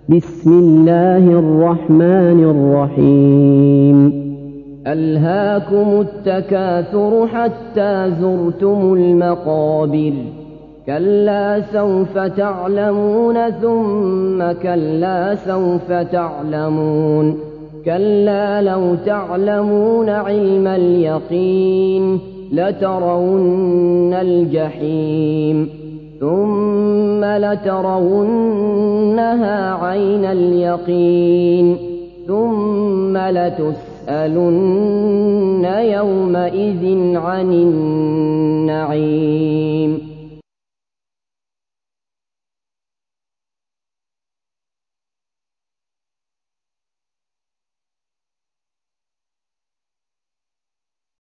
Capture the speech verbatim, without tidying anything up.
بسم الله الرحمن الرحيم ألهاكم التكاثر حتى زرتم المقابر كلا سوف تعلمون ثم كلا سوف تعلمون كلا لو تعلمون علم اليقين لترون الجحيم ثم لترونها عين اليقين ثم لتسألن يومئذ عن النعيم